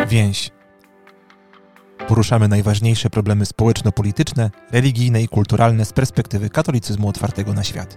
Więź. Poruszamy najważniejsze problemy społeczno-polityczne, religijne i kulturalne z perspektywy katolicyzmu otwartego na świat.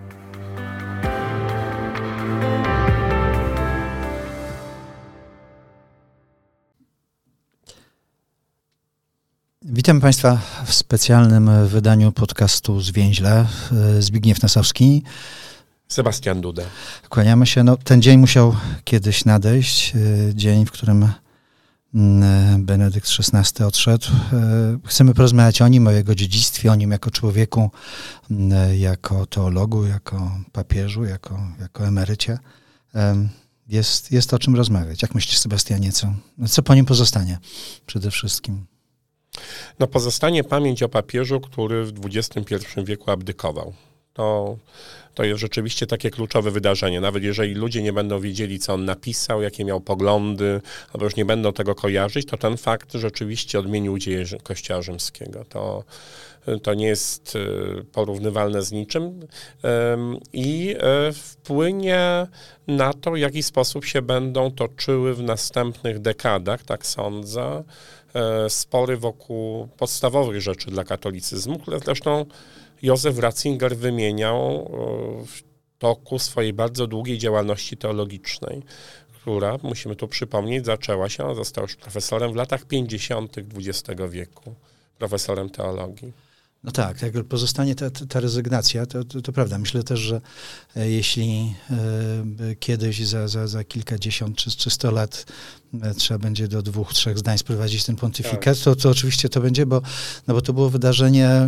Witam Państwa w specjalnym wydaniu podcastu Zwięźle. Zbigniew Nasowski. Sebastian Duda. Kłaniamy się. Ten dzień musiał kiedyś nadejść. Dzień, w którym Benedykt XVI odszedł. Chcemy porozmawiać o nim, o jego dziedzictwie, o nim jako człowieku, jako teologu, jako papieżu, jako emerycie. Jest o czym rozmawiać. Jak myślisz, Sebastianie, co po nim pozostanie przede wszystkim? Pozostanie pamięć o papieżu, który w XXI wieku abdykował. To jest rzeczywiście takie kluczowe wydarzenie. Nawet jeżeli ludzie nie będą wiedzieli, co on napisał, jakie miał poglądy, albo już nie będą tego kojarzyć, to ten fakt rzeczywiście odmienił dzieje Kościoła rzymskiego. To nie jest porównywalne z niczym i wpłynie na to, w jaki sposób się będą toczyły w następnych dekadach, tak sądzę, spory wokół podstawowych rzeczy dla katolicyzmu, które zresztą Józef Ratzinger wymieniał w toku swojej bardzo długiej działalności teologicznej, która, musimy tu przypomnieć, zaczęła się, on został już profesorem w latach 50. XX wieku, profesorem teologii. No tak, jak pozostanie ta rezygnacja, to prawda. Myślę też, że jeśli kiedyś za kilkadziesiąt czy 100 lat trzeba będzie do 2-3 zdań sprowadzić ten pontyfikat, to oczywiście to będzie, bo to było wydarzenie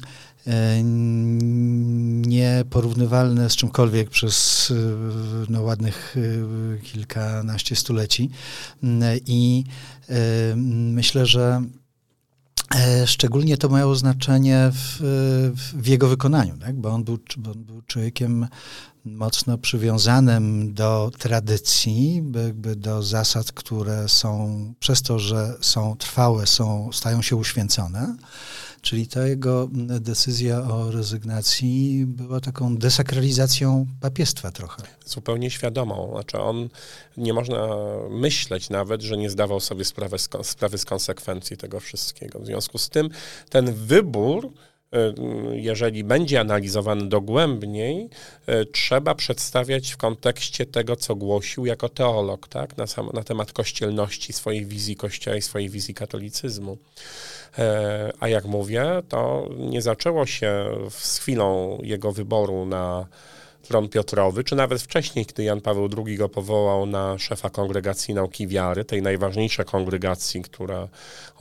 nieporównywalne z czymkolwiek przez ładnych kilkanaście stuleci. I myślę, że szczególnie to miało znaczenie w jego wykonaniu, tak? Bo on był człowiekiem mocno przywiązanym do tradycji, jakby do zasad, które są przez to, że są trwałe, stają się uświęcone. Czyli ta jego decyzja o rezygnacji była taką desakralizacją papiestwa trochę. Zupełnie świadomą. Znaczy nie można myśleć nawet, że nie zdawał sobie sprawy z konsekwencji tego wszystkiego. W związku z tym ten wybór, jeżeli będzie analizowany dogłębniej, trzeba przedstawiać w kontekście tego, co głosił jako teolog, tak? Na temat kościelności, swojej wizji Kościoła i swojej wizji katolicyzmu. A jak mówię, to nie zaczęło się z chwilą jego wyboru na tron Piotrowy, czy nawet wcześniej, gdy Jan Paweł II go powołał na szefa Kongregacji Nauki Wiary, tej najważniejszej kongregacji, która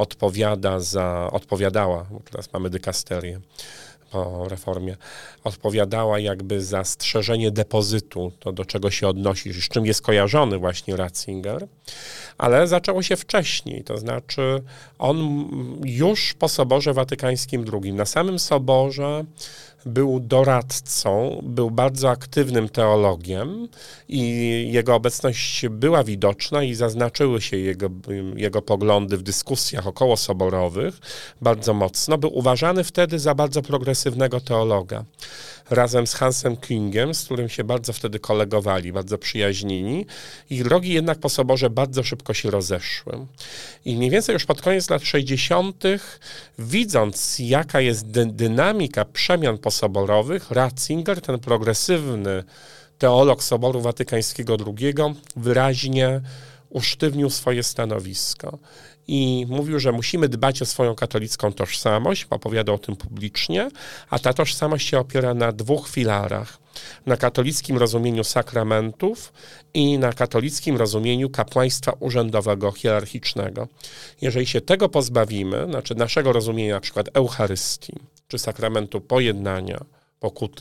odpowiadała, bo teraz mamy dykasterię po reformie, odpowiadała jakby za strzeżenie depozytu, to do czego się odnosi, z czym jest kojarzony właśnie Ratzinger, ale zaczęło się wcześniej, to znaczy on już po Soborze Watykańskim II, na samym Soborze był doradcą, był bardzo aktywnym teologiem i jego obecność była widoczna i zaznaczyły się jego poglądy w dyskusjach okołosoborowych bardzo mocno. Był uważany wtedy za bardzo progresywnego teologa. Razem z Hansem Küngem, z którym się bardzo wtedy kolegowali, bardzo przyjaźnili. Ich drogi jednak po Soborze bardzo szybko się rozeszły. I mniej więcej już pod koniec lat 60., widząc jaka jest dynamika przemian posoborowych, Ratzinger, ten progresywny teolog Soboru Watykańskiego II, wyraźnie usztywnił swoje stanowisko. I mówił, że musimy dbać o swoją katolicką tożsamość, opowiadał o tym publicznie, a ta tożsamość się opiera na 2 filarach. Na katolickim rozumieniu sakramentów i na katolickim rozumieniu kapłaństwa urzędowego, hierarchicznego. Jeżeli się tego pozbawimy, znaczy naszego rozumienia na przykład Eucharystii, czy sakramentu pojednania, pokuty,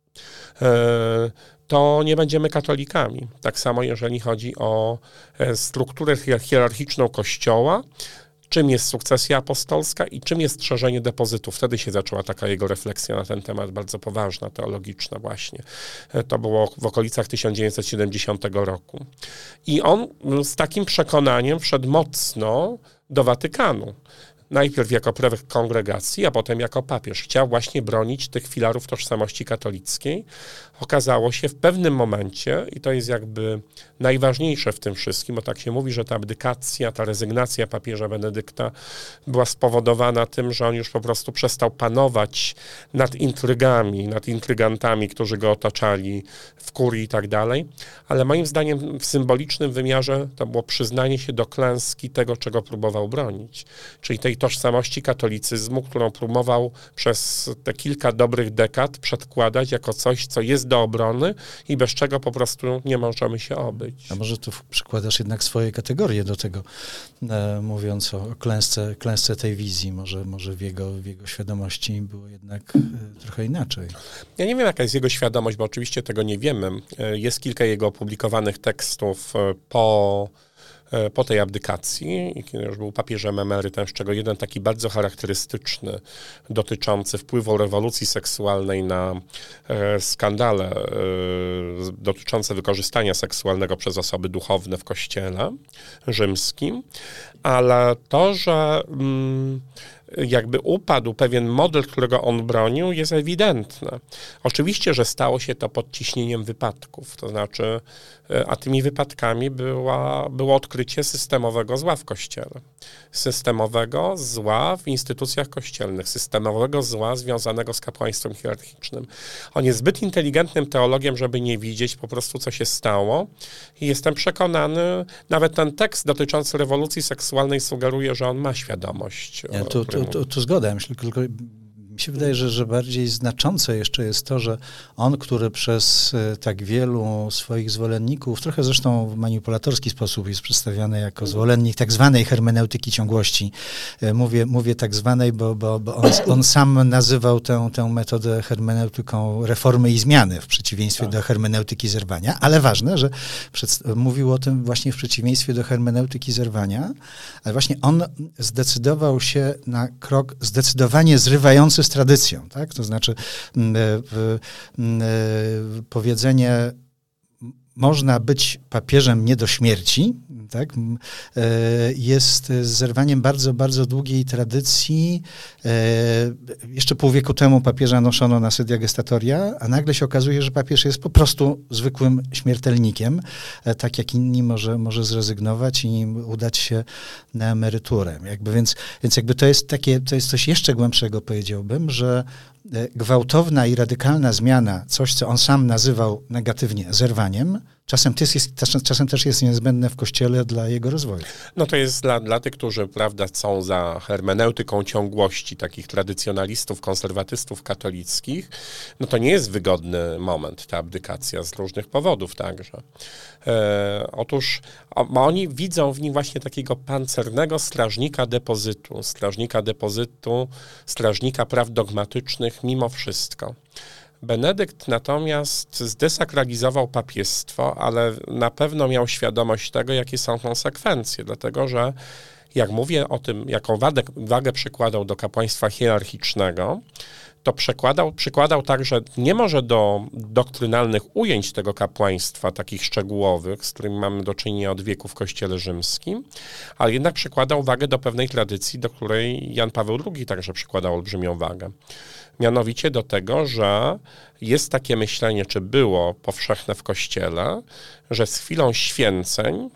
to nie będziemy katolikami. Tak samo jeżeli chodzi o strukturę hierarchiczną Kościoła, czym jest sukcesja apostolska i czym jest strzeżenie depozytu. Wtedy się zaczęła taka jego refleksja na ten temat, bardzo poważna, teologiczna właśnie. To było w okolicach 1970 roku. I on z takim przekonaniem wszedł mocno do Watykanu. najpierw jako prefekt kongregacji, a potem jako papież. Chciał właśnie bronić tych filarów tożsamości katolickiej. Okazało się w pewnym momencie, i to jest jakby najważniejsze w tym wszystkim, bo tak się mówi, że ta abdykacja, ta rezygnacja papieża Benedykta była spowodowana tym, że on już po prostu przestał panować nad intrygami, nad intrygantami, którzy go otaczali w kurii i tak dalej, ale moim zdaniem w symbolicznym wymiarze to było przyznanie się do klęski tego, czego próbował bronić, czyli tej tożsamości katolicyzmu, którą próbował przez te kilka dobrych dekad przedkładać jako coś, co jest do obrony i bez czego po prostu nie możemy się obyć. A może tu przykładasz jednak swoje kategorie do tego, mówiąc o klęsce tej wizji, może w jego świadomości było jednak trochę inaczej. Ja nie wiem, jaka jest jego świadomość, bo oczywiście tego nie wiemy. Jest kilka jego opublikowanych tekstów po tej abdykacji, kiedy już był papieżem emerytem, z czego jeden taki bardzo charakterystyczny, dotyczący wpływu rewolucji seksualnej na skandale dotyczące wykorzystania seksualnego przez osoby duchowne w kościele rzymskim, ale to, że jakby upadł pewien model, którego on bronił, jest ewidentne. Oczywiście, że stało się to pod ciśnieniem wypadków, to znaczy, a tymi wypadkami było odkrycie systemowego zła w Kościele. Systemowego zła w instytucjach kościelnych, systemowego zła związanego z kapłaństwem hierarchicznym. On jest zbyt inteligentnym teologiem, żeby nie widzieć po prostu, co się stało. I jestem przekonany, nawet ten tekst dotyczący rewolucji seksualnej sugeruje, że on ma świadomość. Tu zgoda. Myślę, tylko mi się wydaje, że bardziej znaczące jeszcze jest to, że on, który przez tak wielu swoich zwolenników, trochę zresztą w manipulatorski sposób jest przedstawiany jako zwolennik tak zwanej hermeneutyki ciągłości. Mówię tak zwanej, bo on sam nazywał tę metodę hermeneutyką reformy i zmiany w przeciwieństwie do hermeneutyki zerwania, ale ważne, że mówił o tym właśnie w przeciwieństwie do hermeneutyki zerwania, ale właśnie on zdecydował się na krok zdecydowanie zrywający z tradycją, tak? To znaczy powiedzenie można być papieżem nie do śmierci, tak? Jest zerwaniem bardzo, bardzo długiej tradycji. Jeszcze pół wieku temu papieża noszono na sedia gestatoria, a nagle się okazuje, że papież jest po prostu zwykłym śmiertelnikiem, tak jak inni może zrezygnować i udać się na emeryturę. Więc jakby to jest coś jeszcze głębszego, powiedziałbym, że gwałtowna i radykalna zmiana, coś, co on sam nazywał negatywnie zerwaniem, czasem też jest niezbędne w Kościele dla jego rozwoju. No to jest dla tych, którzy, prawda, są za hermeneutyką ciągłości, takich tradycjonalistów, konserwatystów katolickich, no to nie jest wygodny moment, ta abdykacja, z różnych powodów także. Otóż oni widzą w nim właśnie takiego pancernego strażnika depozytu, strażnika praw dogmatycznych mimo wszystko. Benedykt natomiast zdesakralizował papiestwo, ale na pewno miał świadomość tego, jakie są konsekwencje, dlatego że jak mówię o tym, jaką wagę przykładał do kapłaństwa hierarchicznego, to przykładał także nie może do doktrynalnych ujęć tego kapłaństwa, takich szczegółowych, z którymi mamy do czynienia od wieku w Kościele rzymskim, ale jednak przykładał wagę do pewnej tradycji, do której Jan Paweł II także przykładał olbrzymią wagę. Mianowicie do tego, że jest takie myślenie, czy było powszechne w Kościele, że z chwilą święceń,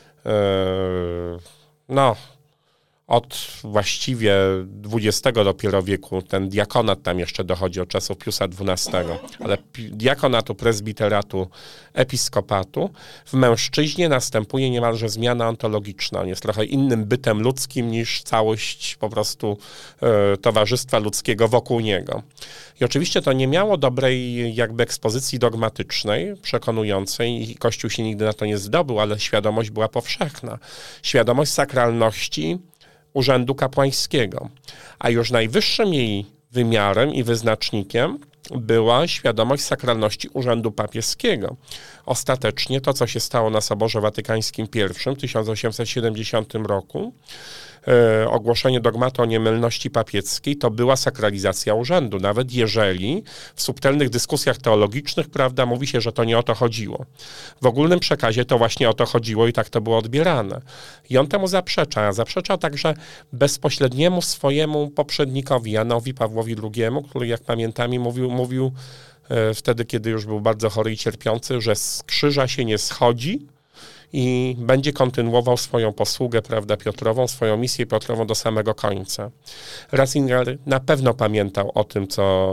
od właściwie XX dopiero wieku, ten diakonat tam jeszcze dochodzi od czasów Piusa XII, ale diakonatu, prezbiteratu, episkopatu, w mężczyźnie następuje niemalże zmiana ontologiczna. On jest trochę innym bytem ludzkim niż całość po prostu towarzystwa ludzkiego wokół niego. I oczywiście to nie miało dobrej jakby ekspozycji dogmatycznej, przekonującej i Kościół się nigdy na to nie zdobył, ale świadomość była powszechna. Świadomość sakralności urzędu kapłańskiego. A już najwyższym jej wymiarem i wyznacznikiem była świadomość sakralności urzędu papieskiego. Ostatecznie to, co się stało na Soborze Watykańskim I w 1870 roku, ogłoszenie dogmatu o niemylności papieckiej, to była sakralizacja urzędu, nawet jeżeli w subtelnych dyskusjach teologicznych, prawda, mówi się, że to nie o to chodziło. W ogólnym przekazie to właśnie o to chodziło i tak to było odbierane. I on temu zaprzecza. Zaprzecza także bezpośredniemu swojemu poprzednikowi, Janowi Pawłowi II, który, jak pamiętamy, mówił wtedy, kiedy już był bardzo chory i cierpiący, że z krzyża się nie schodzi, i będzie kontynuował swoją posługę, prawda, Piotrową, swoją misję Piotrową do samego końca. Ratzinger na pewno pamiętał o tym,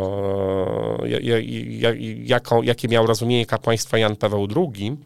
jakie miał rozumienie kapłaństwa Jan Paweł II,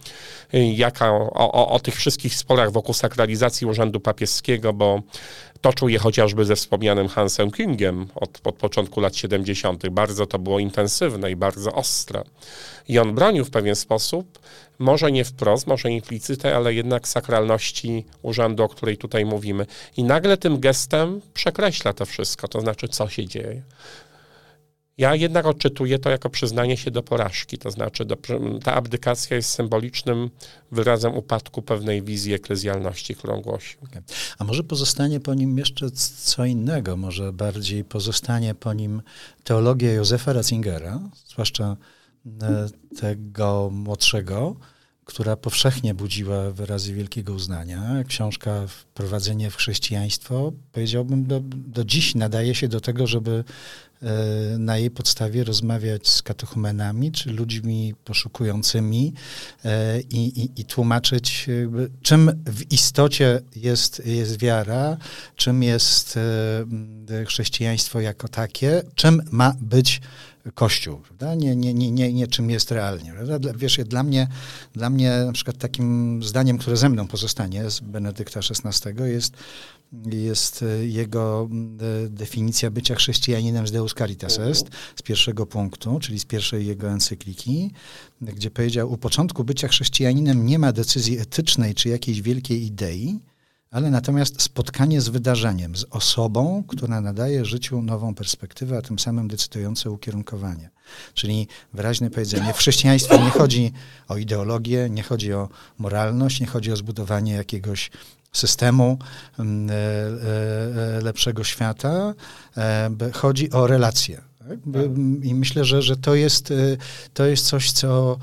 o tych wszystkich sporach wokół sakralizacji urzędu papieskiego, bo toczył je chociażby ze wspomnianym Hansem Küngiem od początku lat 70. Bardzo to było intensywne i bardzo ostre. I on bronił w pewien sposób, może nie wprost, może implicyte, ale jednak sakralności urzędu, o której tutaj mówimy. I nagle tym gestem przekreśla to wszystko, to znaczy, co się dzieje. Ja jednak odczytuję to jako przyznanie się do porażki, to znaczy ta abdykacja jest symbolicznym wyrazem upadku pewnej wizji eklezjalności, którą głosił. A może pozostanie po nim jeszcze co innego, może bardziej pozostanie po nim teologia Józefa Ratzingera, zwłaszcza tego młodszego, która powszechnie budziła wyrazy wielkiego uznania. Książka Wprowadzenie w chrześcijaństwo, powiedziałbym, do dziś nadaje się do tego, żeby na jej podstawie rozmawiać z katechumenami, czy ludźmi poszukującymi i tłumaczyć, czym w istocie jest wiara, czym jest chrześcijaństwo jako takie, czym ma być Kościół, prawda? Nie czym jest realnie. Prawda? Wiesz, dla mnie na przykład takim zdaniem, które ze mną pozostanie z Benedykta XVI jest jego definicja bycia chrześcijaninem z Deus Caritas Est, z pierwszego punktu, czyli z pierwszej jego encykliki, gdzie powiedział: u początku bycia chrześcijaninem nie ma decyzji etycznej czy jakiejś wielkiej idei, ale natomiast spotkanie z wydarzeniem, z osobą, która nadaje życiu nową perspektywę, a tym samym decydujące ukierunkowanie. Czyli wyraźne powiedzenie, w chrześcijaństwie nie chodzi o ideologię, nie chodzi o moralność, nie chodzi o zbudowanie jakiegoś systemu lepszego świata, chodzi o relacje. Tak? I myślę, że to jest coś, co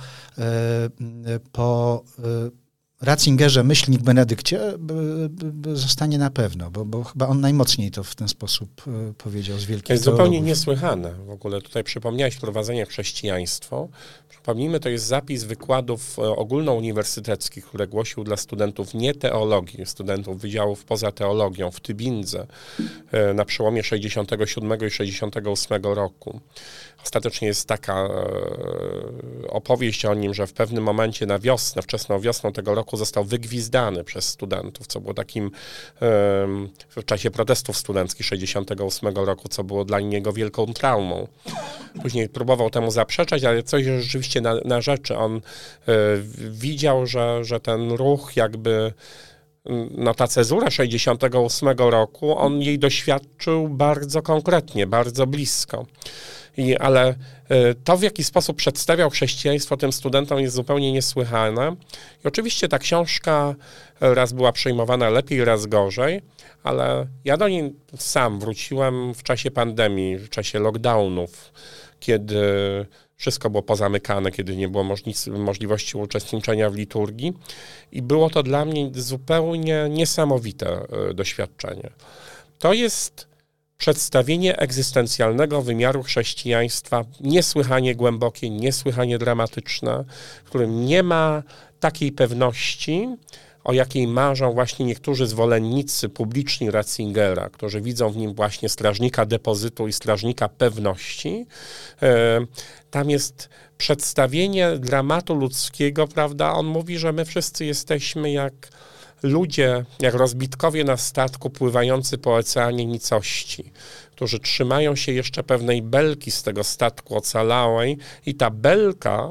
po Ratzingerze, myślnik Benedykcie, zostanie na pewno, bo chyba on najmocniej to w ten sposób powiedział z wielkich To jest zupełnie niesłychane. W ogóle tutaj przypomniałeś wprowadzenie w chrześcijaństwo. Przypomnijmy, to jest zapis wykładów ogólnouniwersyteckich, które głosił dla studentów nie teologii, studentów wydziałów poza teologią w Tybindze na przełomie 67 i 68 roku. Ostatecznie jest taka opowieść o nim, że w pewnym momencie na wiosnę, wczesną wiosną tego roku został wygwizdany przez studentów, co było takim w czasie protestów studenckich 68 roku, co było dla niego wielką traumą. Później próbował temu zaprzeczać, ale coś rzeczywiście na rzeczy. On widział, że ten ruch jakby, no ta cezura 68 roku, on jej doświadczył bardzo konkretnie, bardzo blisko. Ale to, w jaki sposób przedstawiał chrześcijaństwo tym studentom, jest zupełnie niesłychane. I oczywiście ta książka raz była przyjmowana lepiej, raz gorzej, ale ja do niej sam wróciłem w czasie pandemii, w czasie lockdownów, kiedy wszystko było pozamykane, kiedy nie było możliwości uczestniczenia w liturgii i było to dla mnie zupełnie niesamowite doświadczenie. To jest przedstawienie egzystencjalnego wymiaru chrześcijaństwa niesłychanie głębokie, niesłychanie dramatyczne, w którym nie ma takiej pewności, o jakiej marzą właśnie niektórzy zwolennicy publiczni Ratzingera, którzy widzą w nim właśnie strażnika depozytu i strażnika pewności. Tam jest przedstawienie dramatu ludzkiego, prawda? On mówi, że my wszyscy jesteśmy jak ludzie, jak rozbitkowie na statku pływający po oceanie nicości, którzy trzymają się jeszcze pewnej belki z tego statku ocalałej i ta belka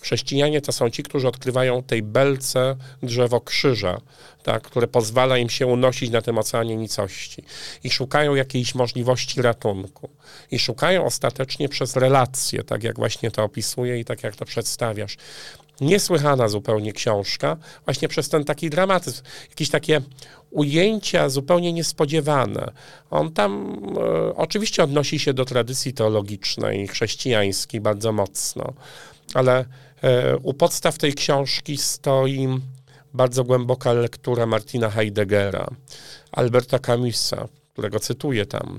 Chrześcijanie to są ci, którzy odkrywają tej belce drzewo krzyża, tak, które pozwala im się unosić na tym oceanie nicości. I szukają jakiejś możliwości ratunku. I szukają ostatecznie przez relacje, tak jak właśnie to opisuję i tak jak to przedstawiasz. Niesłychana zupełnie książka, właśnie przez ten taki dramatyzm, jakieś takie ujęcia zupełnie niespodziewane. On tam oczywiście odnosi się do tradycji teologicznej, chrześcijańskiej bardzo mocno, ale u podstaw tej książki stoi bardzo głęboka lektura Martina Heideggera, Alberta Camusa, którego cytuję tam.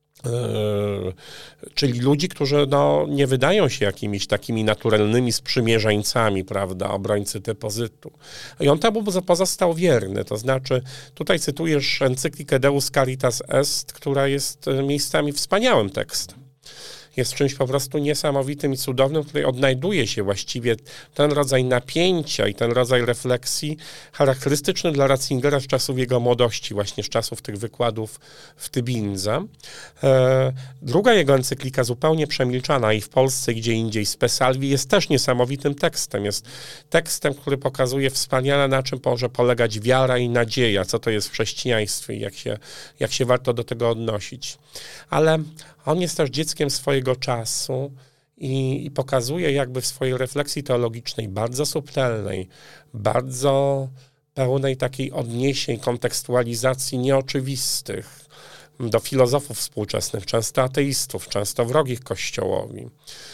Czyli ludzi, którzy nie wydają się jakimiś takimi naturalnymi sprzymierzeńcami, prawda, obrońcy depozytu. I on temu pozostał wierny, to znaczy tutaj cytujesz encyklikę Deus Caritas Est, która jest miejscami wspaniałym tekstem. Jest czymś po prostu niesamowitym i cudownym, w której odnajduje się właściwie ten rodzaj napięcia i ten rodzaj refleksji charakterystyczny dla Ratzingera z czasów jego młodości, właśnie z czasów tych wykładów w Tybindze. Druga jego encyklika, zupełnie przemilczana i w Polsce, i gdzie indziej, Spe Salvi, jest też niesamowitym tekstem. Jest tekstem, który pokazuje wspaniale, na czym może polegać wiara i nadzieja, co to jest w chrześcijaństwie i jak się warto do tego odnosić. Ale on jest też dzieckiem swojego czasu i pokazuje jakby w swojej refleksji teologicznej, bardzo subtelnej, bardzo pełnej takiej odniesień, kontekstualizacji nieoczywistych do filozofów współczesnych, często ateistów, często wrogich Kościołowi,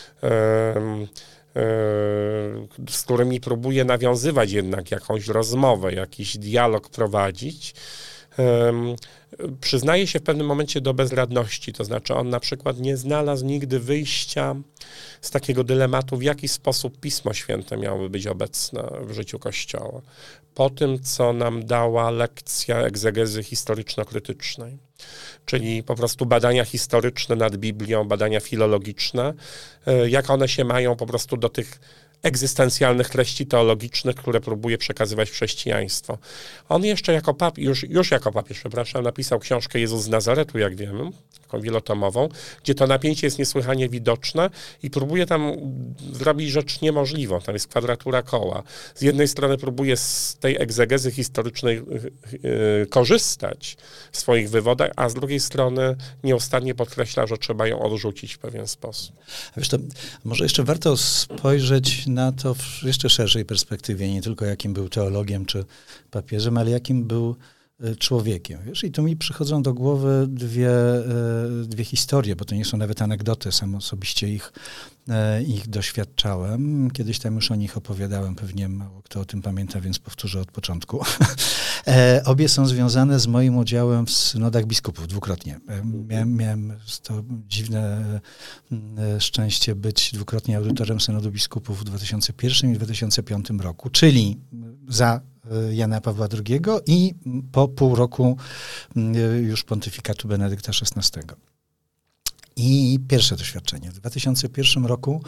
z którymi próbuje nawiązywać jednak jakąś rozmowę, jakiś dialog prowadzić. Przyznaje się w pewnym momencie do bezradności, to znaczy on na przykład nie znalazł nigdy wyjścia z takiego dylematu, w jaki sposób Pismo Święte miałoby być obecne w życiu Kościoła. Po tym, co nam dała lekcja egzegezy historyczno-krytycznej, czyli po prostu badania historyczne nad Biblią, badania filologiczne, jak one się mają po prostu do tych egzystencjalnych treści teologicznych, które próbuje przekazywać chrześcijaństwo. On jeszcze jako papież, już jako papież, przepraszam, napisał książkę Jezus z Nazaretu, jak wiemy, taką wielotomową, gdzie to napięcie jest niesłychanie widoczne i próbuje tam zrobić rzecz niemożliwą. Tam jest kwadratura koła. Z jednej strony próbuje z tej egzegezy historycznej korzystać w swoich wywodach, a z drugiej strony nieustannie podkreśla, że trzeba ją odrzucić w pewien sposób. Wiesz, to może jeszcze warto spojrzeć na to w jeszcze szerszej perspektywie, nie tylko jakim był teologiem czy papieżem, ale jakim był człowiekiem. Wiesz? I tu mi przychodzą do głowy dwie historie, bo to nie są nawet anegdoty, sam osobiście ich doświadczałem. Kiedyś tam już o nich opowiadałem, pewnie mało kto o tym pamięta, więc powtórzę od początku. Obie są związane z moim udziałem w synodach biskupów dwukrotnie. Miałem to dziwne szczęście być dwukrotnie audytorem synodu biskupów w 2001 i 2005 roku, czyli za Jana Pawła II i po pół roku już pontyfikatu Benedykta XVI. I pierwsze doświadczenie. W 2001 roku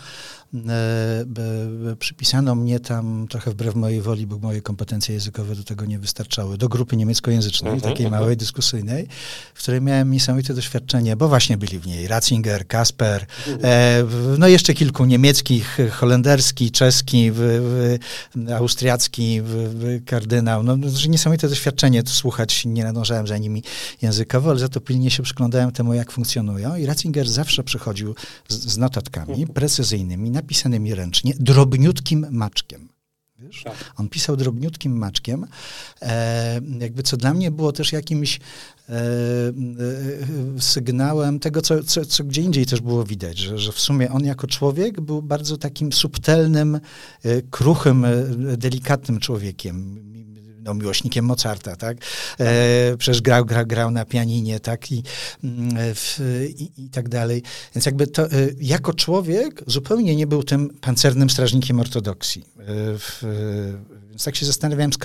przypisano mnie tam, trochę wbrew mojej woli, bo moje kompetencje językowe do tego nie wystarczały, do grupy niemieckojęzycznej, takiej małej, dyskusyjnej, w której miałem niesamowite doświadczenie, bo właśnie byli w niej Ratzinger, Kasper, no jeszcze kilku niemieckich, holenderski, czeski, austriacki, kardynał. No, niesamowite doświadczenie, to słuchać nie nadążałem za nimi językowo, ale za to pilnie się przyglądałem temu, jak funkcjonują. I Ratzinger zawsze przychodził z notatkami precyzyjnymi, napisanymi ręcznie, drobniutkim maczkiem. Wiesz? On pisał drobniutkim maczkiem, jakby co dla mnie było też jakimś sygnałem tego, co gdzie indziej też było widać, że w sumie on jako człowiek był bardzo takim subtelnym, kruchym, delikatnym człowiekiem. No, miłośnikiem Mozarta, tak? Przecież grał na pianinie, tak? I tak dalej. Więc jakby to, jako człowiek zupełnie nie był tym pancernym strażnikiem ortodoksji. Więc tak się zastanawiałem,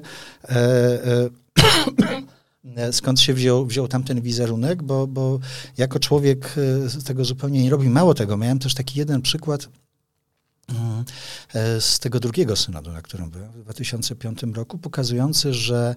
skąd się wziął tamten wizerunek, bo jako człowiek tego zupełnie nie robi. Mało tego, miałem też taki jeden przykład z tego drugiego synodu, na którym byłem w 2005 roku, pokazujący, że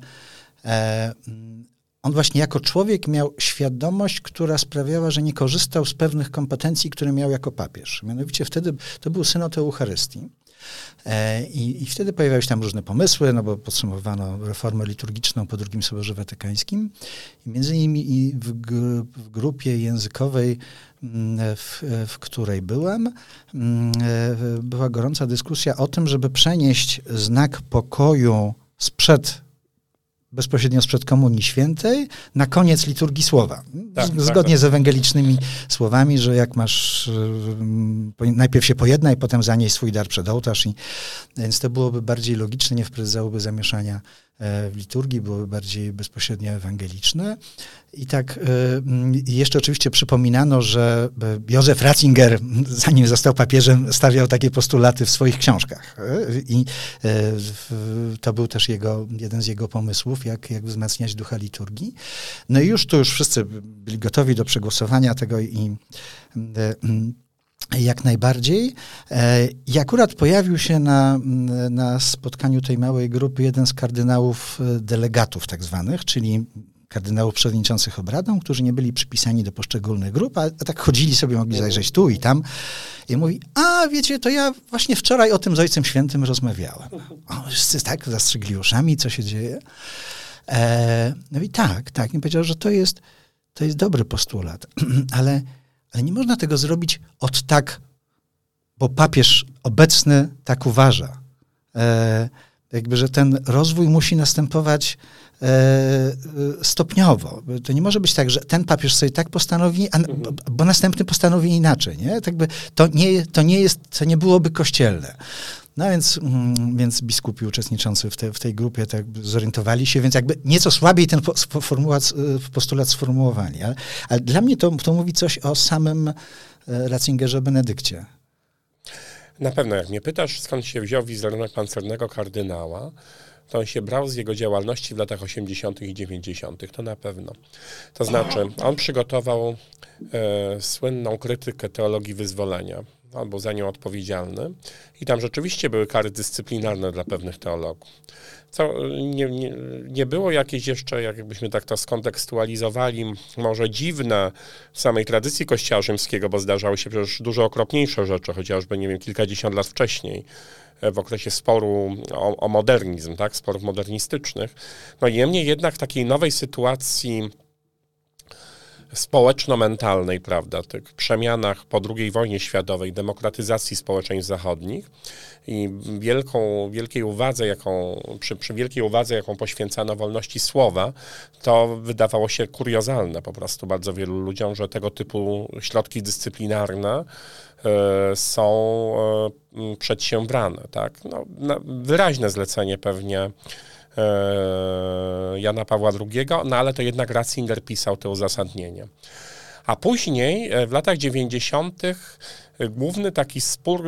on właśnie jako człowiek miał świadomość, która sprawiała, że nie korzystał z pewnych kompetencji, które miał jako papież. Mianowicie wtedy to był synod Eucharystii. I wtedy pojawiały się tam różne pomysły, no bo podsumowano reformę liturgiczną po II Soborze Watykańskim. I między innymi w grupie językowej, w której byłem, była gorąca dyskusja o tym, żeby przenieść znak pokoju bezpośrednio sprzed Komunii Świętej na koniec liturgii słowa. Zgodnie z ewangelicznymi słowami, że jak masz, najpierw się pojednaj, potem zanieś swój dar przed ołtarz. Więc to byłoby bardziej logiczne, nie wprowadzałoby zamieszania w liturgii, byłoby bardziej bezpośrednio ewangeliczne. I tak jeszcze oczywiście przypominano, że Józef Ratzinger, zanim został papieżem, stawiał takie postulaty w swoich książkach. I to był też jeden z jego pomysłów, jak wzmacniać ducha liturgii. No i już wszyscy byli gotowi do przegłosowania tego i jak najbardziej. I akurat pojawił się na spotkaniu tej małej grupy jeden z kardynałów delegatów tak zwanych, czyli kardynałów przewodniczących obradom, którzy nie byli przypisani do poszczególnych grup, a tak chodzili sobie, mogli zajrzeć tu i tam. I mówi, wiecie, to ja właśnie wczoraj o tym z Ojcem Świętym rozmawiałem. Wszyscy tak zastrzygli uszami, co się dzieje. No i tak. I powiedział, że to jest dobry postulat, ale nie można tego zrobić bo papież obecny tak uważa. Jakby, że ten rozwój musi następować stopniowo. To nie może być tak, że ten papież sobie tak postanowi, bo następny postanowi inaczej. Nie? Tak by to nie byłoby kościelne. No więc biskupi uczestniczący w tej grupie tak zorientowali się, więc jakby nieco słabiej ten postulat sformułowali. Ale dla mnie to mówi coś o samym Ratzingerze Benedykcie. Na pewno, jak mnie pytasz, skąd się wziął wizerunek pancernego kardynała, to on się brał z jego działalności w latach 80. i 90. To na pewno. To znaczy, on przygotował słynną krytykę teologii wyzwolenia. On był za nią odpowiedzialny i tam rzeczywiście były kary dyscyplinarne dla pewnych teologów. Co nie było jakieś jeszcze, jakbyśmy tak to skontekstualizowali, może dziwne w samej tradycji Kościoła rzymskiego, bo zdarzały się przecież dużo okropniejsze rzeczy, chociażby, kilkadziesiąt lat wcześniej, w okresie sporu o modernizm, tak, sporów modernistycznych. No niemniej jednak w takiej nowej sytuacji społeczno-mentalnej, prawda, tych przemianach po II wojnie światowej, demokratyzacji społeczeństw zachodnich i wielkiej uwadze, przy wielkiej uwadze, jaką poświęcano wolności słowa, to wydawało się kuriozalne po prostu bardzo wielu ludziom, że tego typu środki dyscyplinarne są przedsiębrane, tak. No, wyraźne zlecenie pewnie Jana Pawła II, no ale to jednak Ratzinger pisał to uzasadnienie. A później, w latach 90. główny taki spór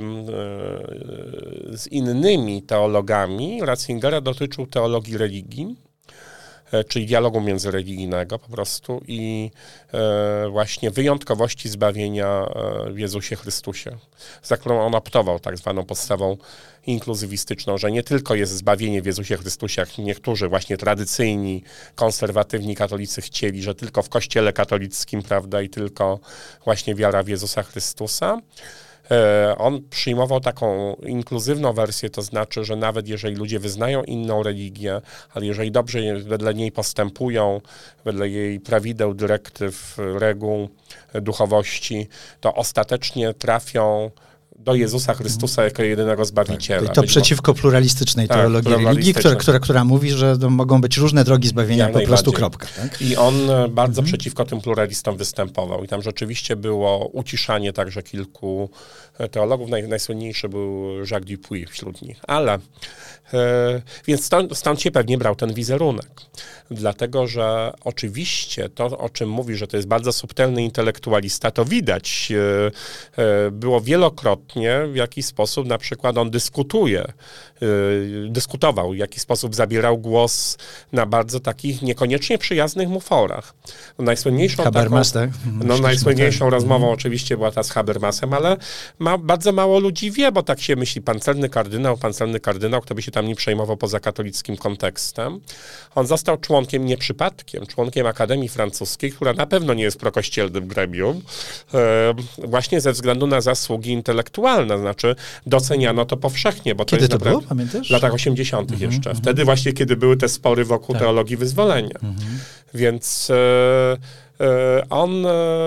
z innymi teologami Ratzingera dotyczył teologii religii, czyli dialogu międzyreligijnego po prostu i właśnie wyjątkowości zbawienia w Jezusie Chrystusie, za którą on optował tak zwaną podstawą inkluzywistyczną, że nie tylko jest zbawienie w Jezusie Chrystusie, jak niektórzy właśnie tradycyjni, konserwatywni katolicy chcieli, że tylko w Kościele katolickim, prawda, i tylko właśnie wiara w Jezusa Chrystusa. On przyjmował taką inkluzywną wersję, to znaczy, że nawet jeżeli ludzie wyznają inną religię, ale jeżeli dobrze wedle niej postępują, wedle jej prawideł, dyrektyw, reguł, duchowości, to ostatecznie trafią do Jezusa Chrystusa jako jedynego Zbawiciela. Tak, to przeciwko pluralistycznej teologii religii, która mówi, że mogą być różne drogi zbawienia, po prostu kropka. Tak? I on bardzo przeciwko tym pluralistom występował. I tam rzeczywiście było uciszanie także kilku teologów. Najsłynniejszy był Jacques Dupuy wśród nich. Ale więc stąd się pewnie brał ten wizerunek. Dlatego, że oczywiście to, o czym mówi, że to jest bardzo subtelny intelektualista, to widać było wielokrotnie, w jaki sposób na przykład on dyskutował, w jaki sposób zabierał głos na bardzo takich niekoniecznie przyjaznych mu forach. Najsłynniejszą Habermas, tak? Najsłynniejszą rozmową oczywiście była ta z Habermasem, ale bardzo mało ludzi wie, bo tak się myśli, pancerny kardynał, kto by się tam nie przejmował poza katolickim kontekstem. On został członkiem, nie przypadkiem, członkiem Akademii Francuskiej, która na pewno nie jest prokościelnym gremium, właśnie ze względu na zasługi aktualna, znaczy doceniano to powszechnie, bo to Kiedy jest to naprawdę było, pamiętasz? w latach 80. jeszcze. Wtedy właśnie, kiedy były te spory wokół teologii wyzwolenia. Więc on...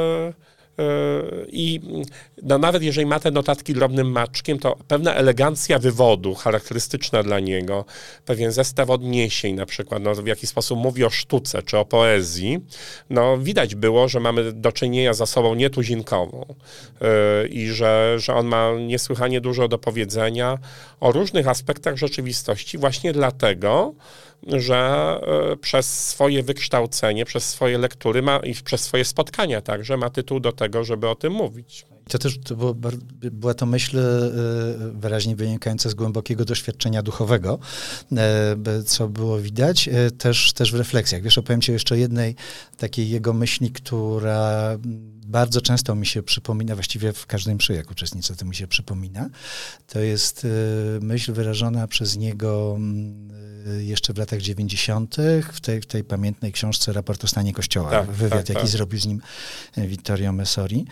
I no nawet jeżeli ma te notatki drobnym maczkiem, to pewna elegancja wywodu charakterystyczna dla niego, pewien zestaw odniesień na przykład, no, w jaki sposób mówi o sztuce czy o poezji, no widać było, że mamy do czynienia z osobą nietuzinkową i że on ma niesłychanie dużo do powiedzenia o różnych aspektach rzeczywistości właśnie dlatego, że przez swoje wykształcenie, przez swoje lektury i przez swoje spotkania także ma tytuł do tego, żeby o tym mówić. Była to myśl wyraźnie wynikająca z głębokiego doświadczenia duchowego, co było widać też w refleksjach. Wiesz, opowiem ci jeszcze jednej takiej jego myśli, która bardzo często mi się przypomina, właściwie w każdej mszy, jak uczestniczę, to mi się przypomina. To jest myśl wyrażona przez niego jeszcze w latach 90. w tej pamiętnej książce Raport o stanie Kościoła, wywiad, jaki zrobił z nim Vittorio Messori.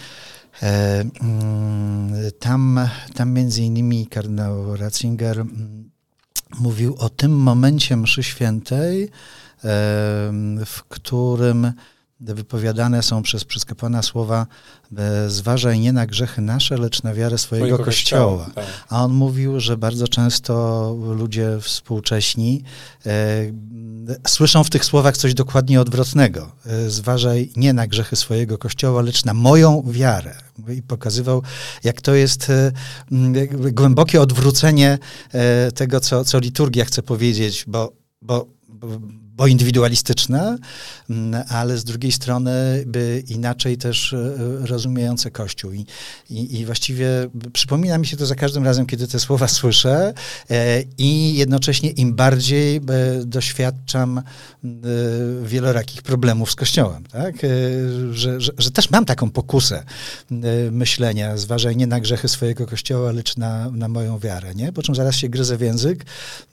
Tam między innymi kardynał Ratzinger mówił o tym momencie mszy świętej, w którym wypowiadane są przez kapłana słowa zważaj nie na grzechy nasze, lecz na wiarę swojego Kościoła. Tak. A on mówił, że bardzo często ludzie współcześni słyszą w tych słowach coś dokładnie odwrotnego. Zważaj nie na grzechy swojego Kościoła, lecz na moją wiarę. I pokazywał, jak to jest głębokie odwrócenie tego, co liturgia chce powiedzieć, bo indywidualistyczne, ale z drugiej strony inaczej też rozumiejące Kościół. I właściwie przypomina mi się to za każdym razem, kiedy te słowa słyszę i jednocześnie im bardziej doświadczam wielorakich problemów z Kościołem, tak? Że też mam taką pokusę myślenia, zważaj nie na grzechy swojego Kościoła, lecz na moją wiarę, nie? Po czym zaraz się gryzę w język,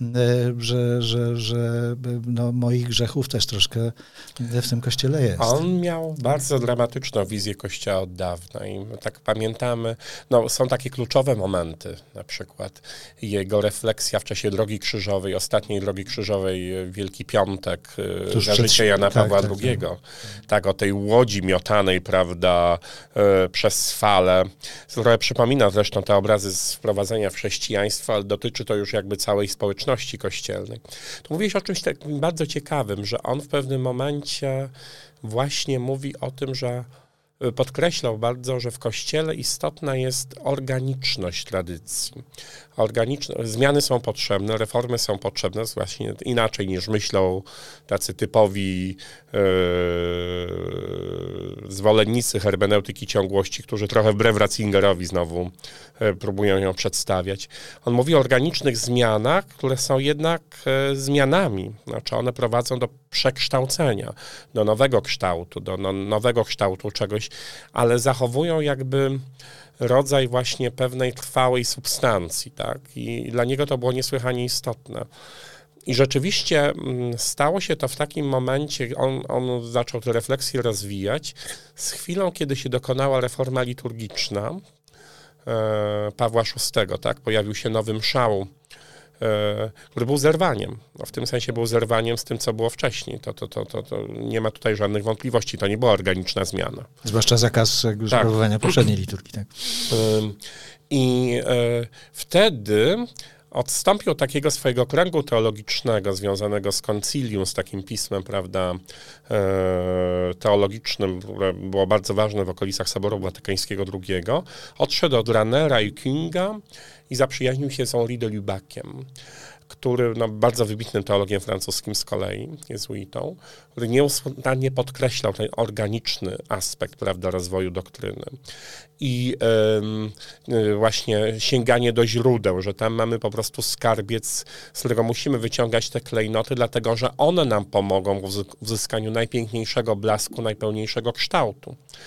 że moich grzechów też troszkę w tym Kościele jest. On miał bardzo dramatyczną wizję Kościoła od dawna i tak pamiętamy, są takie kluczowe momenty, na przykład jego refleksja w czasie Drogi Krzyżowej, ostatniej Drogi Krzyżowej, Wielki Piątek, za życia Jana Pawła II. Tak, o tej łodzi miotanej, prawda, przez fale, która przypomina zresztą te obrazy z wprowadzenia w chrześcijaństwo, ale dotyczy to już jakby całej społeczności kościelnej. Tu mówiłeś o czymś takim bardzo ciekawym, że on w pewnym momencie właśnie mówi o tym, że podkreślał bardzo, że w Kościele istotna jest organiczność tradycji. Zmiany są potrzebne, reformy są potrzebne, właśnie inaczej niż myślą tacy typowi zwolennicy hermeneutyki ciągłości, którzy trochę wbrew Ratzingerowi znowu próbują ją przedstawiać. On mówi o organicznych zmianach, które są jednak zmianami. Znaczy one prowadzą do przekształcenia, do nowego kształtu, do nowego kształtu czegoś, ale zachowują jakby rodzaj właśnie pewnej trwałej substancji, tak? I dla niego to było niesłychanie istotne. I rzeczywiście stało się to w takim momencie, on zaczął tę refleksję rozwijać, z chwilą, kiedy się dokonała reforma liturgiczna Pawła VI, tak? Pojawił się nowy mszał, który był zerwaniem. W tym sensie był zerwaniem z tym, co było wcześniej. To nie ma tutaj żadnych wątpliwości. To nie była organiczna zmiana. Zwłaszcza zakaz sprawowania poprzedniej liturgii. Tak? I wtedy odstąpił od takiego swojego kręgu teologicznego związanego z koncilium, z takim pismem, prawda, teologicznym, które było bardzo ważne w okolicach Soboru Watykańskiego II. Odszedł od Ranera i Kinga i zaprzyjaźnił się z Henri de Lubaciem, który, bardzo wybitnym teologiem francuskim z kolei, jezuitą, który nieustannie podkreślał ten organiczny aspekt, prawda, rozwoju doktryny. I właśnie sięganie do źródeł, że tam mamy po prostu skarbiec, z którego musimy wyciągać te klejnoty, dlatego że one nam pomogą w uzyskaniu najpiękniejszego blasku, najpełniejszego kształtu.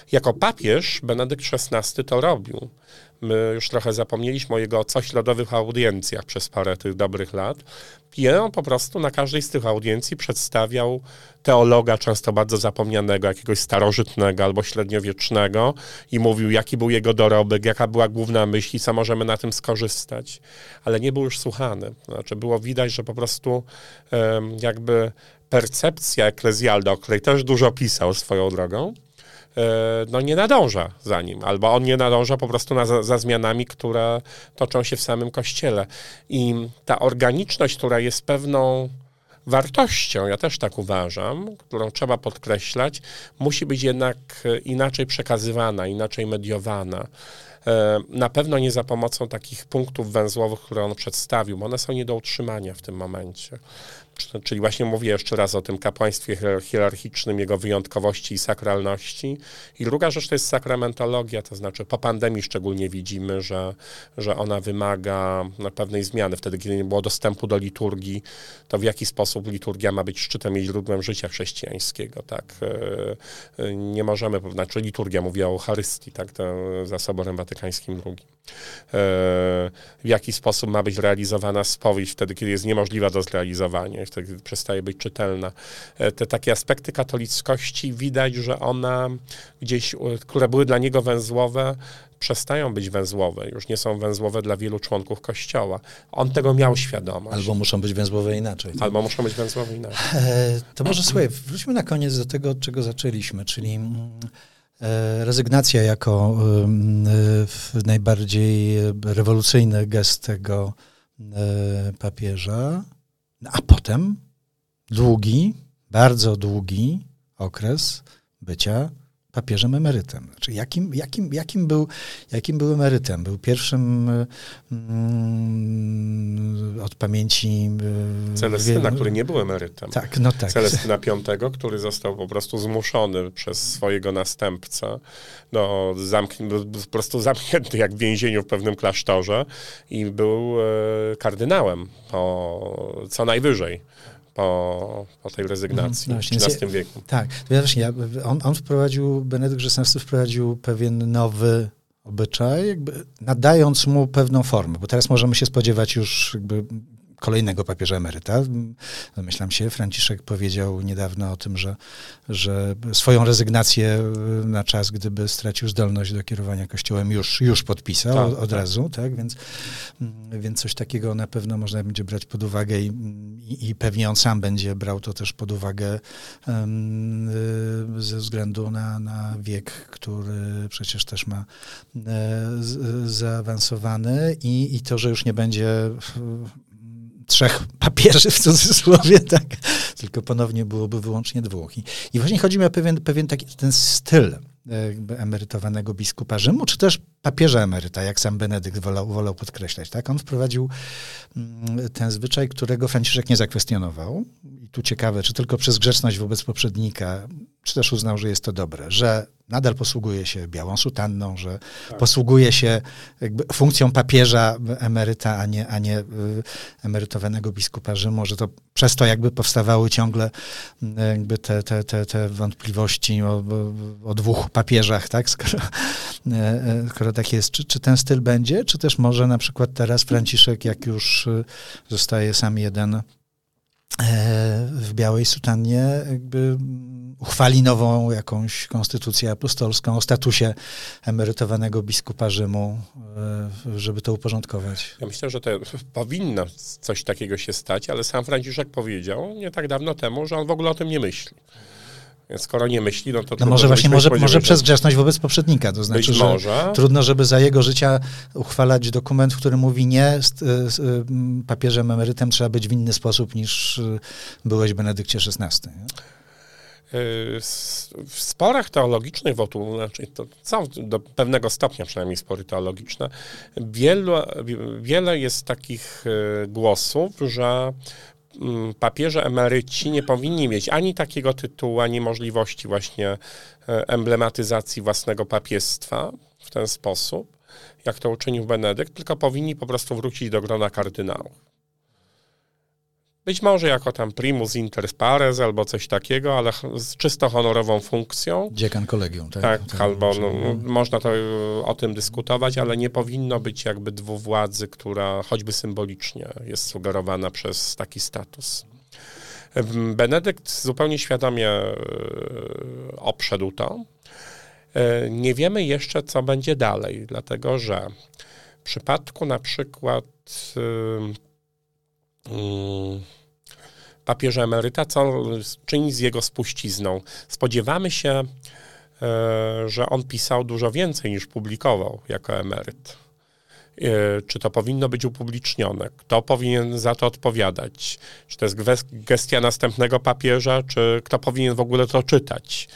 Jako papież Benedykt XVI to robił. My już trochę zapomnieliśmy o jego cośladowych audiencjach przez parę tych dobrych lat. I on po prostu na każdej z tych audiencji przedstawiał teologa, często bardzo zapomnianego, jakiegoś starożytnego albo średniowiecznego i mówił, jaki był jego dorobek, jaka była główna myśl i co możemy na tym skorzystać. Ale nie był już słuchany. Znaczy było widać, że po prostu jakby percepcja eklezjalna, o której też dużo pisał swoją drogą, no nie nadąża za nim, albo on nie nadąża po prostu za zmianami, które toczą się w samym Kościele. I ta organiczność, która jest pewną wartością, ja też tak uważam, którą trzeba podkreślać, musi być jednak inaczej przekazywana, inaczej mediowana. Na pewno nie za pomocą takich punktów węzłowych, które on przedstawił, bo one są nie do utrzymania w tym momencie. Czyli właśnie mówię jeszcze raz o tym kapłaństwie hierarchicznym, jego wyjątkowości i sakralności. I druga rzecz to jest sakramentologia, to znaczy po pandemii szczególnie widzimy, że ona wymaga pewnej zmiany. Wtedy, kiedy nie było dostępu do liturgii, to w jaki sposób liturgia ma być szczytem i źródłem życia chrześcijańskiego, tak? Nie możemy, znaczy liturgia, mówię o Eucharystii, tak? To za Soborem Watykańskim II. W jaki sposób ma być realizowana spowiedź wtedy, kiedy jest niemożliwa do zrealizowania, wtedy przestaje być czytelna. Te takie aspekty katolickości widać, że one gdzieś, które były dla niego węzłowe, przestają być węzłowe, już nie są węzłowe dla wielu członków Kościoła. On tego miał świadomość. Albo muszą być węzłowe inaczej. Tak? Albo muszą być węzłowe inaczej. To może słuchaj, wróćmy na koniec do tego, od czego zaczęliśmy, czyli rezygnacja jako najbardziej rewolucyjny gest tego papieża, a potem długi, bardzo długi okres bycia papieżem emerytem. Znaczy jakim był emerytem? Był pierwszym od pamięci... Celestyna, który nie był emerytem. Tak, no tak. Celestyna V, który został po prostu zmuszony przez swojego następcę, po prostu zamknięty jak w więzieniu w pewnym klasztorze i był kardynałem co najwyżej. Po tej rezygnacji w XIII wieku. Tak, właśnie, Benedykt XVI wprowadził pewien nowy obyczaj, jakby nadając mu pewną formę, bo teraz możemy się spodziewać już jakby kolejnego papieża emeryta. Domyślam się, Franciszek powiedział niedawno o tym, że swoją rezygnację na czas, gdyby stracił zdolność do kierowania Kościołem, już podpisał od razu, tak? Więc coś takiego na pewno można będzie brać pod uwagę i pewnie on sam będzie brał to też pod uwagę ze względu na wiek, który przecież też ma zaawansowany i to, że już nie będzie 3 papieży w cudzysłowie, tak? Tylko ponownie byłoby wyłącznie 2. I właśnie chodzi mi o pewien taki ten styl emerytowanego biskupa Rzymu, czy też papieża emeryta, jak sam Benedykt wolał podkreślać. Tak? On wprowadził ten zwyczaj, którego Franciszek nie zakwestionował. I tu ciekawe, czy tylko przez grzeczność wobec poprzednika, czy też uznał, że jest to dobre, że nadal posługuje się białą sutanną, że posługuje się jakby funkcją papieża emeryta, a nie emerytowanego biskupa Rzymu, że to przez to jakby powstawały ciągle jakby te wątpliwości o 2 papieżach, tak? Skoro tak jest. Czy ten styl będzie, czy też może na przykład teraz Franciszek, jak już zostaje sam jeden w białej sutannie, jakby uchwali nową jakąś konstytucję apostolską o statusie emerytowanego biskupa Rzymu, żeby to uporządkować. Ja myślę, że to powinno coś takiego się stać, ale sam Franciszek powiedział nie tak dawno temu, że on w ogóle o tym nie myśli. Więc skoro nie myśli, no to może przez grzeczność wobec poprzednika. To znaczy, że trudno, żeby za jego życia uchwalać dokument, w którym mówi nie, papieżem emerytem trzeba być w inny sposób niż byłeś Benedykcie XVI. Nie? W sporach teologicznych, znaczy to są do pewnego stopnia przynajmniej spory teologiczne, wiele jest takich głosów, że papieże emeryci nie powinni mieć ani takiego tytułu, ani możliwości właśnie emblematyzacji własnego papiestwa w ten sposób, jak to uczynił Benedykt, tylko powinni po prostu wrócić do grona kardynałów. Być może jako tam primus inter pares albo coś takiego, ale z czysto honorową funkcją. Dziekan kolegium, tak? Tak, albo można to o tym dyskutować, ale nie powinno być jakby dwuwładzy, która choćby symbolicznie jest sugerowana przez taki status. Benedykt zupełnie świadomie obszedł to. Nie wiemy jeszcze, co będzie dalej, dlatego że w przypadku na przykład papieża emeryta, co czyni z jego spuścizną? Spodziewamy się, że on pisał dużo więcej niż publikował jako emeryt. Czy to powinno być upublicznione? Kto powinien za to odpowiadać? Czy to jest gestia następnego papieża, czy kto powinien w ogóle to czytać?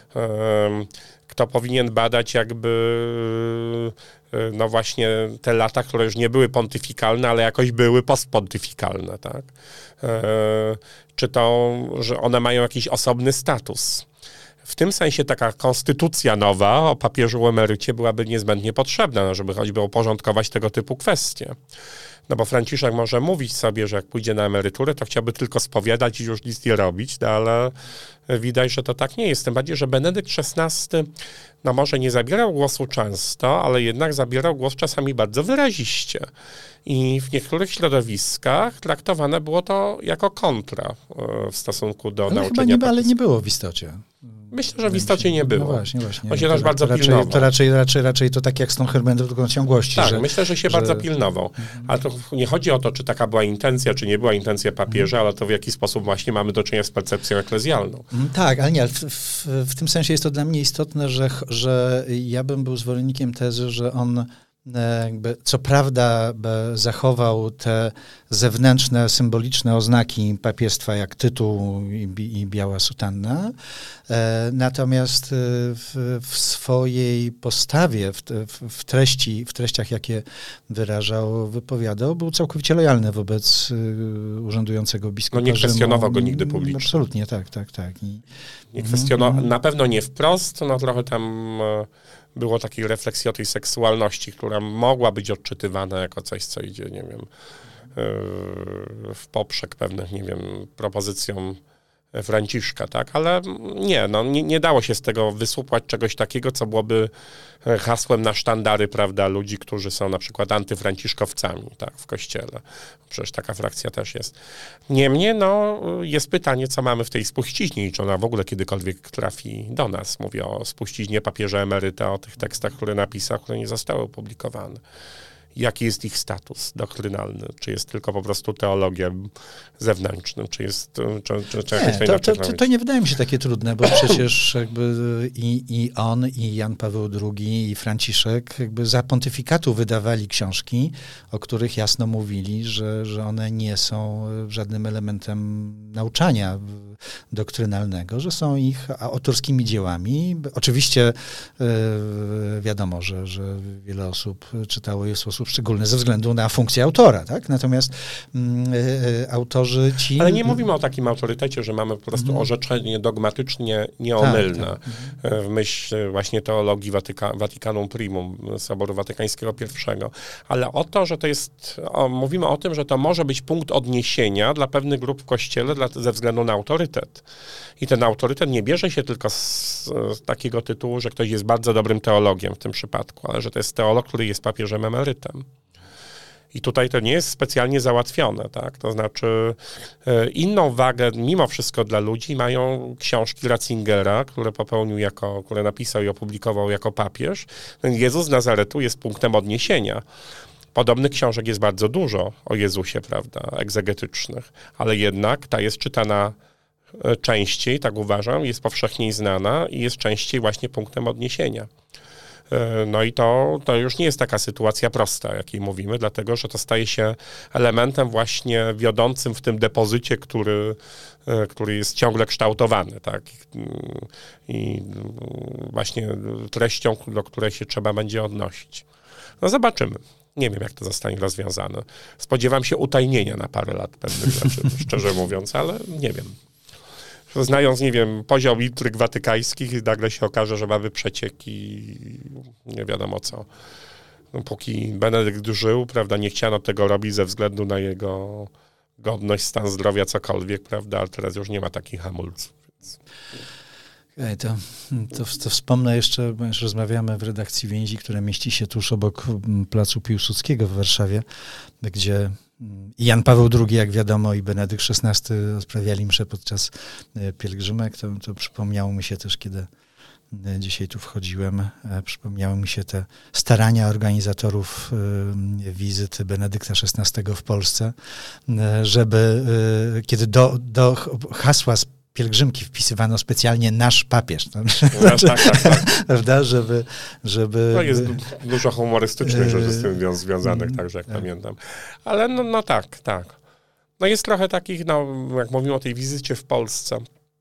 Kto powinien badać jakby no właśnie te lata, które już nie były pontyfikalne, ale jakoś były postpontyfikalne, tak? Czy to, że one mają jakiś osobny status? W tym sensie taka konstytucja nowa o papieżu emerycie byłaby niezbędnie potrzebna, żeby choćby uporządkować tego typu kwestie. No bo Franciszek może mówić sobie, że jak pójdzie na emeryturę, to chciałby tylko spowiadać i już nic nie robić, no ale widać, że to tak nie jest. Tym bardziej, że Benedykt XVI, no może nie zabierał głosu często, ale jednak zabierał głos czasami bardzo wyraziście. I w niektórych środowiskach traktowane było to jako kontra w stosunku do nauczania. Ale nie było w istocie. Myślę, że w istocie nie było. No właśnie. On się też bardzo pilnował. To raczej to tak jak z tą hermeneutyką ciągłości. Tak, myślę, że się bardzo pilnował. Ale to nie chodzi o to, czy taka była intencja, czy nie była intencja papieża, ale to w jaki sposób właśnie mamy do czynienia z percepcją eklezjalną. Tak, ale nie, w tym sensie jest to dla mnie istotne, że ja bym był zwolennikiem tezy, że on jakby, co prawda zachował te zewnętrzne, symboliczne oznaki papiestwa, jak tytuł i biała sutanna, natomiast w swojej postawie, w treściach, jakie wyrażał, wypowiadał, był całkowicie lojalny wobec urzędującego biskupa. No nie kwestionował go nigdy publicznie. Absolutnie, tak. Nie kwestionował, na pewno nie wprost, no trochę tam było takiej refleksji o tej seksualności, która mogła być odczytywana jako coś, co idzie, nie wiem, w poprzek pewnych, nie wiem, propozycjom Franciszka, tak? Ale nie dało się z tego wysupłać czegoś takiego, co byłoby hasłem na sztandary, prawda, ludzi, którzy są na przykład antyfranciszkowcami, tak, w Kościele. Przecież taka frakcja też jest. Niemniej, jest pytanie, co mamy w tej spuściźnie i czy ona w ogóle kiedykolwiek trafi do nas. Mówię o spuściźnie papieża emeryta, o tych tekstach, które napisał, które nie zostały opublikowane. Jaki jest ich status doktrynalny? Czy jest tylko po prostu teologiem zewnętrznym? Czy jest to nie wydaje mi się takie trudne, bo przecież jakby i on, i Jan Paweł II, i Franciszek jakby za pontyfikatu wydawali książki, o których jasno mówili, że one nie są żadnym elementem nauczania doktrynalnego, że są ich autorskimi dziełami. Oczywiście wiadomo, że wiele osób czytało je w sposób szczególny ze względu na funkcję autora, tak? Natomiast autorzy ci... Ale nie mówimy o takim autorytecie, że mamy po prostu orzeczenie dogmatycznie nieomylne w myśl właśnie teologii Vaticanum Primum, Soboru Watykańskiego I, ale o to, że to jest, mówimy o tym, że to może być punkt odniesienia dla pewnych grup w Kościele ze względu na autorytet. I ten autorytet nie bierze się tylko z takiego tytułu, że ktoś jest bardzo dobrym teologiem w tym przypadku, ale że to jest teolog, który jest papieżem emerytem. I tutaj to nie jest specjalnie załatwione, tak? To znaczy inną wagę mimo wszystko dla ludzi mają książki Ratzingera, które napisał i opublikował jako papież. Ten Jezus z Nazaretu jest punktem odniesienia. Podobnych książek jest bardzo dużo o Jezusie, prawda, egzegetycznych, ale jednak ta jest czytana częściej, tak uważam, jest powszechniej znana i jest częściej właśnie punktem odniesienia. No i to już nie jest taka sytuacja prosta, jakiej mówimy, dlatego że to staje się elementem właśnie wiodącym w tym depozycie, który jest ciągle kształtowany, tak? I właśnie treścią, do której się trzeba będzie odnosić. No zobaczymy. Nie wiem, jak to zostanie rozwiązane. Spodziewam się utajnienia na parę lat pewnych rzeczy, szczerze mówiąc, ale nie wiem. Znając, nie wiem, poziom intryg watykańskich, nagle się okaże, że mamy przeciek i nie wiadomo co. No, póki Benedykt żył, prawda, nie chciano tego robić ze względu na jego godność, stan zdrowia, cokolwiek, prawda, ale teraz już nie ma takich hamulców. Więc... To wspomnę jeszcze, bo już rozmawiamy w redakcji Więzi, która mieści się tuż obok Placu Piłsudskiego w Warszawie, gdzie Jan Paweł II, jak wiadomo, i Benedykt XVI odprawiali mszę podczas pielgrzymek. To przypomniało mi się też, kiedy dzisiaj tu wchodziłem, przypomniały mi się te starania organizatorów wizyty Benedykta XVI w Polsce, żeby kiedy do hasła pielgrzymki wpisywano specjalnie nasz papież. No, tak. Prawda? Żeby... No jest dużo humorystycznych rzeczy z tym związanych, także jak pamiętam. Ale no tak. No jest trochę takich, jak mówimy o tej wizycie w Polsce,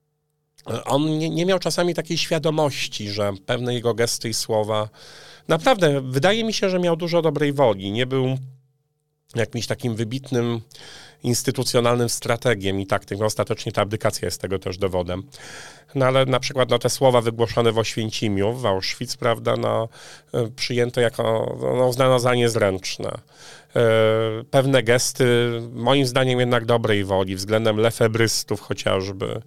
on nie miał czasami takiej świadomości, że pewne jego gesty i słowa, naprawdę wydaje mi się, że miał dużo dobrej woli. Nie był jakimś takim wybitnym instytucjonalnym strategiem i taktyką. Ostatecznie ta abdykacja jest tego też dowodem. No ale na przykład te słowa wygłoszone w Oświęcimiu, w Auschwitz, prawda, przyjęto jako, uznano za niezręczne. Pewne gesty, moim zdaniem jednak dobrej woli, względem lefebrystów chociażby,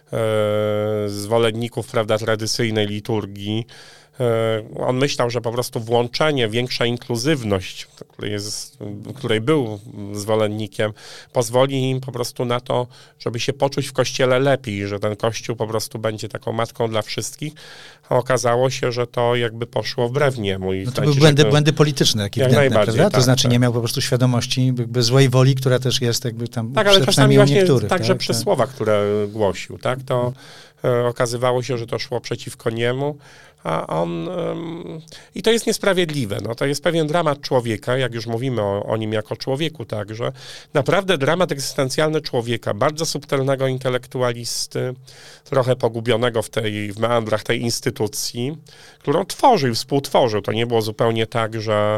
zwolenników, prawda, tradycyjnej liturgii. On myślał, że po prostu włączenie, większa inkluzywność, której był zwolennikiem, pozwoli im po prostu na to, żeby się poczuć w Kościele lepiej, że ten Kościół po prostu będzie taką matką dla wszystkich. A okazało się, że to jakby poszło wbrew niemu. To były błędy polityczne, jak ewidentne, prawda? To znaczy nie miał po prostu świadomości jakby złej woli, która też jest jakby tam... Tak, ale czasami właśnie także przy słowach, które głosił, tak, to okazywało się, że to szło przeciwko niemu, a on... I to jest niesprawiedliwe. To jest pewien dramat człowieka, jak już mówimy o nim jako człowieku także. Naprawdę dramat egzystencjalny człowieka, bardzo subtelnego intelektualisty, trochę pogubionego w meandrach tej instytucji, którą tworzył i współtworzył. To nie było zupełnie tak,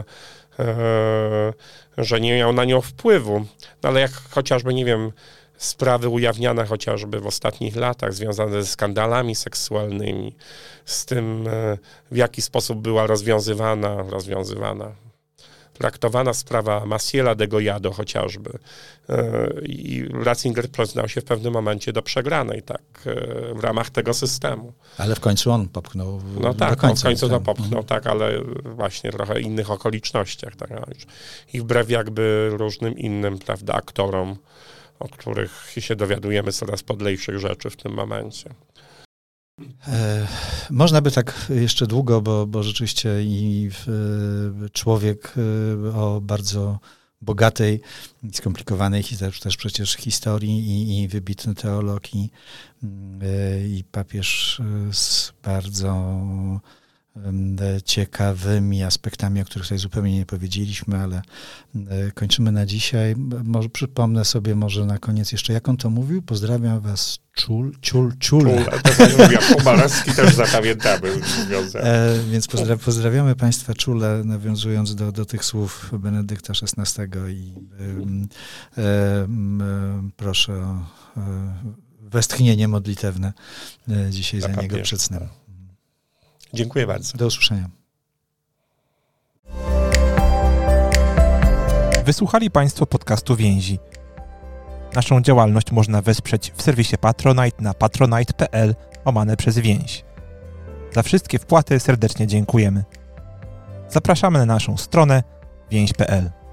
że nie miał na nią wpływu. No ale jak chociażby, nie wiem, sprawy ujawniane chociażby w ostatnich latach, związane ze skandalami seksualnymi, z tym, w jaki sposób była traktowana sprawa Maciela de Gollado chociażby. I Ratzinger przyznał się w pewnym momencie do przegranej, tak, w ramach tego systemu. Ale w końcu on popchnął do końca. On w końcu to popchnął, tak, ale właśnie trochę innych okolicznościach. Tak, i wbrew jakby różnym innym, prawda, aktorom, o których się dowiadujemy coraz podlejszych rzeczy w tym momencie. Można by tak jeszcze długo, bo rzeczywiście człowiek o bardzo bogatej i skomplikowanej też przecież historii i wybitny teolog i papież z bardzo ciekawymi aspektami, o których tutaj zupełnie nie powiedzieliśmy, ale kończymy na dzisiaj. Może przypomnę sobie może na koniec jeszcze, jak on to mówił. Pozdrawiam was czule. Komalarski też zapamiętamy. Więc pozdrawiamy państwa czule, nawiązując do tych słów Benedykta XVI i proszę o westchnienie modlitewne dzisiaj za niego przed snem. Dziękuję bardzo. Do usłyszenia. Wysłuchali Państwo podcastu Więzi. Naszą działalność można wesprzeć w serwisie Patronite na patronite.pl/więź. Za wszystkie wpłaty serdecznie dziękujemy. Zapraszamy na naszą stronę więź.pl.